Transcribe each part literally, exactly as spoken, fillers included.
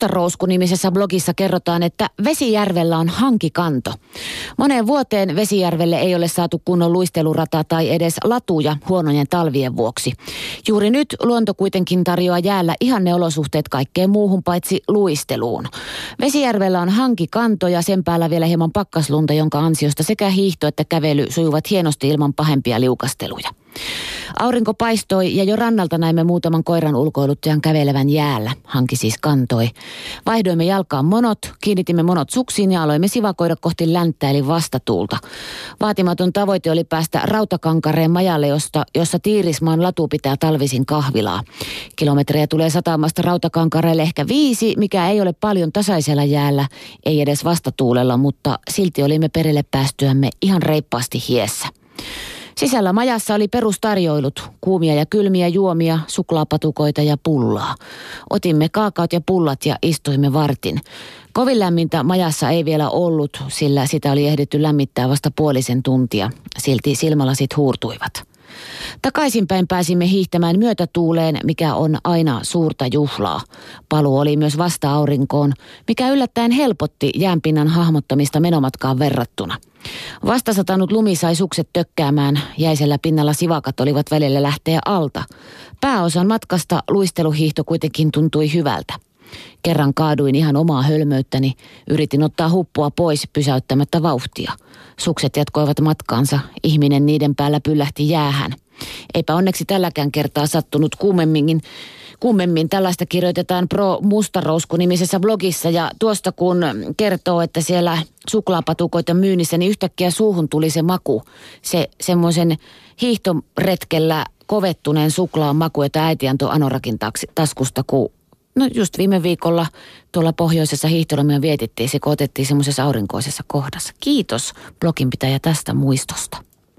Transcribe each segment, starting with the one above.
Mustarousku-nimisessä blogissa kerrotaan, että Vesijärvellä on hankikanto. Moneen vuoteen Vesijärvelle ei ole saatu kunnon luistelurataa tai edes latuja huonojen talvien vuoksi. Juuri nyt luonto kuitenkin tarjoaa jäällä ihanneolosuhteet kaikkeen muuhun paitsi luisteluun. Vesijärvellä on hankikanto ja sen päällä vielä hieman pakkaslunta, jonka ansiosta sekä hiihto että kävely sujuvat hienosti ilman pahempia liukasteluja. Aurinko paistoi ja jo rannalta näimme muutaman koiran ulkoiluttajan kävelevän jäällä. Hanki siis kantoi. Vaihdoimme jalkaan monot, kiinnitimme monot suksiin ja aloimme sivakoida kohti länttä eli vastatuulta. Vaatimaton tavoite oli päästä Rautakankareen majalle, josta, jossa Tiirismaan latu pitää talvisin kahvilaa. Kilometrejä tulee satamasta Rautakankareelle ehkä viisi, mikä ei ole paljon tasaisella jäällä, ei edes vastatuulella, mutta silti olimme perille päästyämme ihan reippaasti hiessä. Sisällä majassa oli perustarjoilut, kuumia ja kylmiä juomia, suklaapatukoita ja pullaa. Otimme kaakaot ja pullat ja istuimme vartin. Kovin lämmintä majassa ei vielä ollut, sillä sitä oli ehditty lämmittää vasta puolisen tuntia. Silti silmälasit huurtuivat. Takaisinpäin pääsimme hiihtämään myötätuuleen, mikä on aina suurta juhlaa. Paluu oli myös vasta-aurinkoon, mikä yllättäen helpotti jäänpinnan hahmottamista menomatkaan verrattuna. Vastasatanut lumi sai sukset tökkäämään, jäisellä pinnalla sivakat olivat välillä lähteä alta. Pääosan matkasta luisteluhiihto kuitenkin tuntui hyvältä. Kerran kaaduin ihan omaa hölmöyttäni, yritin ottaa huppua pois pysäyttämättä vauhtia. Sukset jatkoivat matkaansa, ihminen niiden päällä pyllähti jäähän. Eipä onneksi tälläkään kertaa sattunut kuumemmin. Kuumemmin tällaista kirjoitetaan Pro Mustarousku-nimisessä blogissa ja tuosta kun kertoo, että siellä suklaapatukoita myynnissä, niin yhtäkkiä suuhun tuli se maku. Se semmoisen hiihtoretkellä kovettuneen suklaan maku, jota äiti antoi Anorakin taskusta, kun no just viime viikolla tuolla pohjoisessa hiihtolomia vietittiin se, kun otettiin semmoisessa aurinkoisessa kohdassa. Kiitos bloginpitäjä tästä muistosta.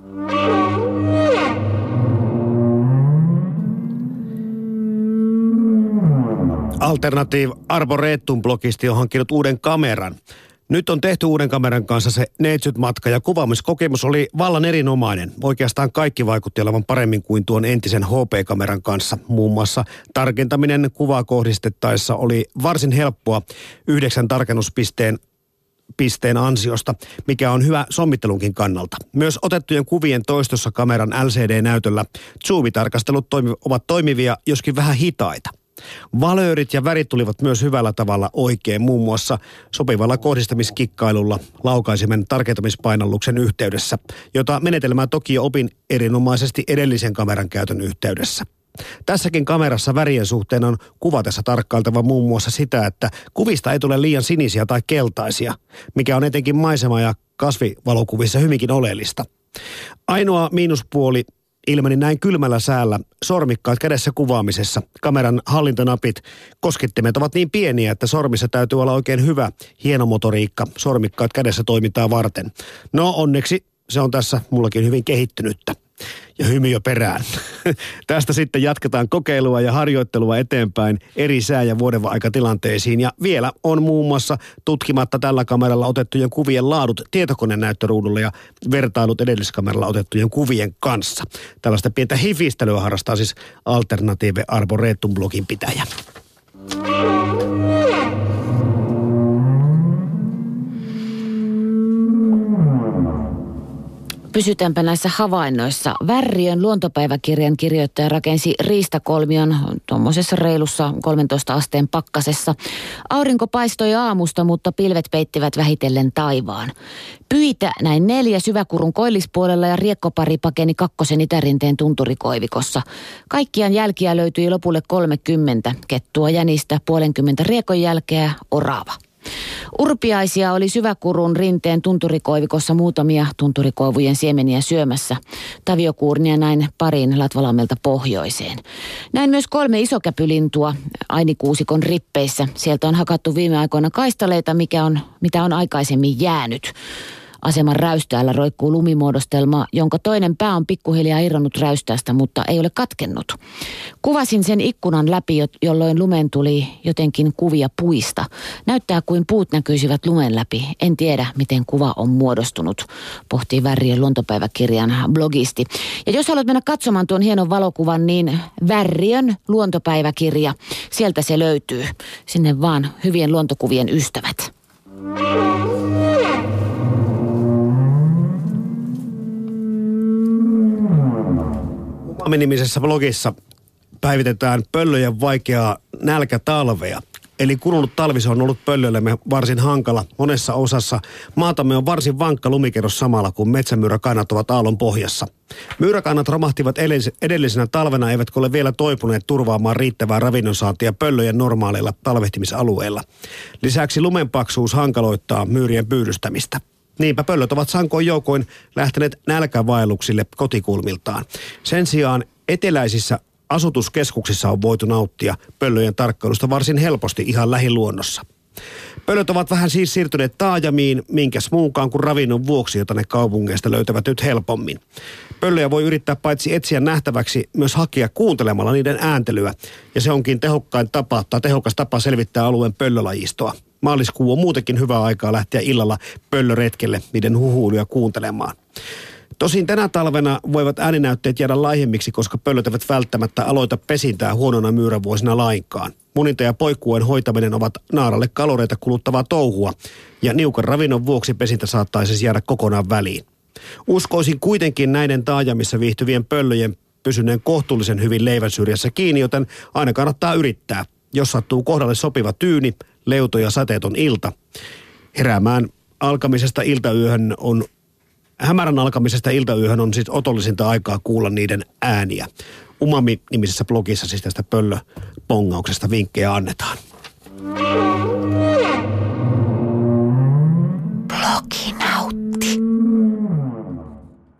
Alternative Arboretum blogisti on hankkinut uuden kameran. Nyt on tehty uuden kameran kanssa se neitsyt-matka ja kuvaamiskokemus oli vallan erinomainen. Oikeastaan kaikki vaikutti olevan paremmin kuin tuon entisen H P-kameran kanssa. Muun muassa tarkentaminen kuvaa kohdistettaessa oli varsin helppoa yhdeksän tarkennuspisteen pisteen ansiosta, mikä on hyvä sommittelunkin kannalta. Myös otettujen kuvien toistossa kameran L C D-näytöllä zoomitarkastelut toimi, ovat toimivia, joskin vähän hitaita. Valöörit ja värit tulivat myös hyvällä tavalla oikein, muun muassa sopivalla kohdistamiskikkailulla laukaisimen tarkentamispainalluksen yhteydessä, jota menetelmää toki opin erinomaisesti edellisen kameran käytön yhteydessä. Tässäkin kamerassa värien suhteen on kuvatessa tarkkailtava muun muassa sitä, että kuvista ei tule liian sinisiä tai keltaisia, mikä on etenkin maisema- ja kasvivalokuvissa hyvinkin oleellista. Ainoa miinuspuoli ilmeni näin kylmällä säällä sormikkaat kädessä kuvaamisessa. Kameran hallintonapit, koskettimet ovat niin pieniä, että sormissa täytyy olla oikein hyvä hienomotoriikka sormikkaat kädessä toimintaa varten. No onneksi se on tässä mullakin hyvin kehittynyttä. Ja hymy jo perään. Tästä sitten jatketaan kokeilua ja harjoittelua eteenpäin eri sää- ja vuodenvaikatilanteisiin. Ja vielä on muun muassa tutkimatta tällä kameralla otettujen kuvien laadut tietokonenäyttöruudulla ja vertailut edelliskameralla otettujen kuvien kanssa. Tällaista pientä hifistelyä harrastaa siis Alternative Arboretum blogin pitäjä. Pysytäänpä näissä havainnoissa. Värriön luontopäiväkirjan kirjoittaja rakensi riistakolmion tuommoisessa reilussa kolmentoista asteen pakkasessa. Aurinko paistoi aamusta, mutta pilvet peittivät vähitellen taivaan. Pyitä näin neljä Syväkurun koillispuolella ja riekkopari pakeni kakkosen itärinteen tunturikoivikossa. Kaikkiaan jälkiä löytyi lopulle kolmekymmentä. Kettua, jänistä, puolenkymmentä riekon jälkeä, orava. Urpiaisia oli Syväkurun rinteen tunturikoivikossa muutamia tunturikoivujen siemeniä syömässä. Taviokuurnia näin parin Latvalammelta pohjoiseen. Näin myös kolme isokäpylintua ainikuusikon rippeissä. Sieltä on hakattu viime aikoina kaistaleita, mikä on, mitä on aikaisemmin jäänyt. Aseman räystäällä roikkuu lumimuodostelma, jonka toinen pää on pikkuhiljaa irronnut räystäästä, mutta ei ole katkennut. Kuvasin sen ikkunan läpi, jolloin lumen tuli jotenkin kuvia puista. Näyttää kuin puut näkyisivät lumen läpi. En tiedä, miten kuva on muodostunut, pohtii Värriön luontopäiväkirjan blogisti. Ja jos haluat mennä katsomaan tuon hienon valokuvan, niin Värriön luontopäiväkirja, sieltä se löytyy. Sinne vaan hyvien luontokuvien ystävät. Umami-nimisessä blogissa päivitetään pöllöjen vaikeaa nälkätalvea. Eli kulunut talvi on ollut pöllöillemme varsin hankala. Monessa osassa maatamme on varsin vankka lumikerros samalla, kun metsämyyräkannat ovat aallon pohjassa. Myyräkannat romahtivat edellisenä talvena, eivätkä ole vielä toipuneet turvaamaan riittävää ravinnonsaantia pöllöjen normaaleilla talvehtimisalueilla. Lisäksi lumenpaksuus hankaloittaa myyrien pyydystämistä. Niinpä pöllöt ovat sankoin joukoin lähteneet nälkävaelluksille kotikulmiltaan. Sen sijaan eteläisissä asutuskeskuksissa on voitu nauttia pöllöjen tarkkailusta varsin helposti ihan lähiluonnossa. Pöllöt ovat vähän siis siirtyneet taajamiin, minkäs muunkaan kuin ravinnon vuoksi, jota ne kaupungeista löytävät nyt helpommin. Pöllöjä voi yrittää paitsi etsiä nähtäväksi, myös hakea kuuntelemalla niiden ääntelyä, ja se onkin tehokkain tapa tai tehokas tapa selvittää alueen pöllölajistoa. Maaliskuu on muutenkin hyvä aikaa lähteä illalla pöllöretkelle niiden huhuiluja kuuntelemaan. Tosin tänä talvena voivat ääninäytteet jäädä laihemmiksi, koska pöllöt eivät välttämättä aloita pesintää huonona myyrävuosina lainkaan. Muninta ja poikkueen hoitaminen ovat naaralle kaloreita kuluttavaa touhua, ja niukan ravinnon vuoksi pesintä saattaisi jäädä kokonaan väliin. Uskoisin kuitenkin näiden taajamissa viihtyvien pöllöjen pysyneen kohtuullisen hyvin leivän syrjässä kiinni, joten aina kannattaa yrittää. Jos sattuu kohdalle sopiva tyyni, leuto ja sateeton ilta. Heräämään alkamisesta iltayöhön on Hämärän alkamisesta iltayöhön on siis otollisinta aikaa kuulla niiden ääniä. Umami-nimisessä blogissa siis tästä pöllöpongauksesta vinkkejä annetaan.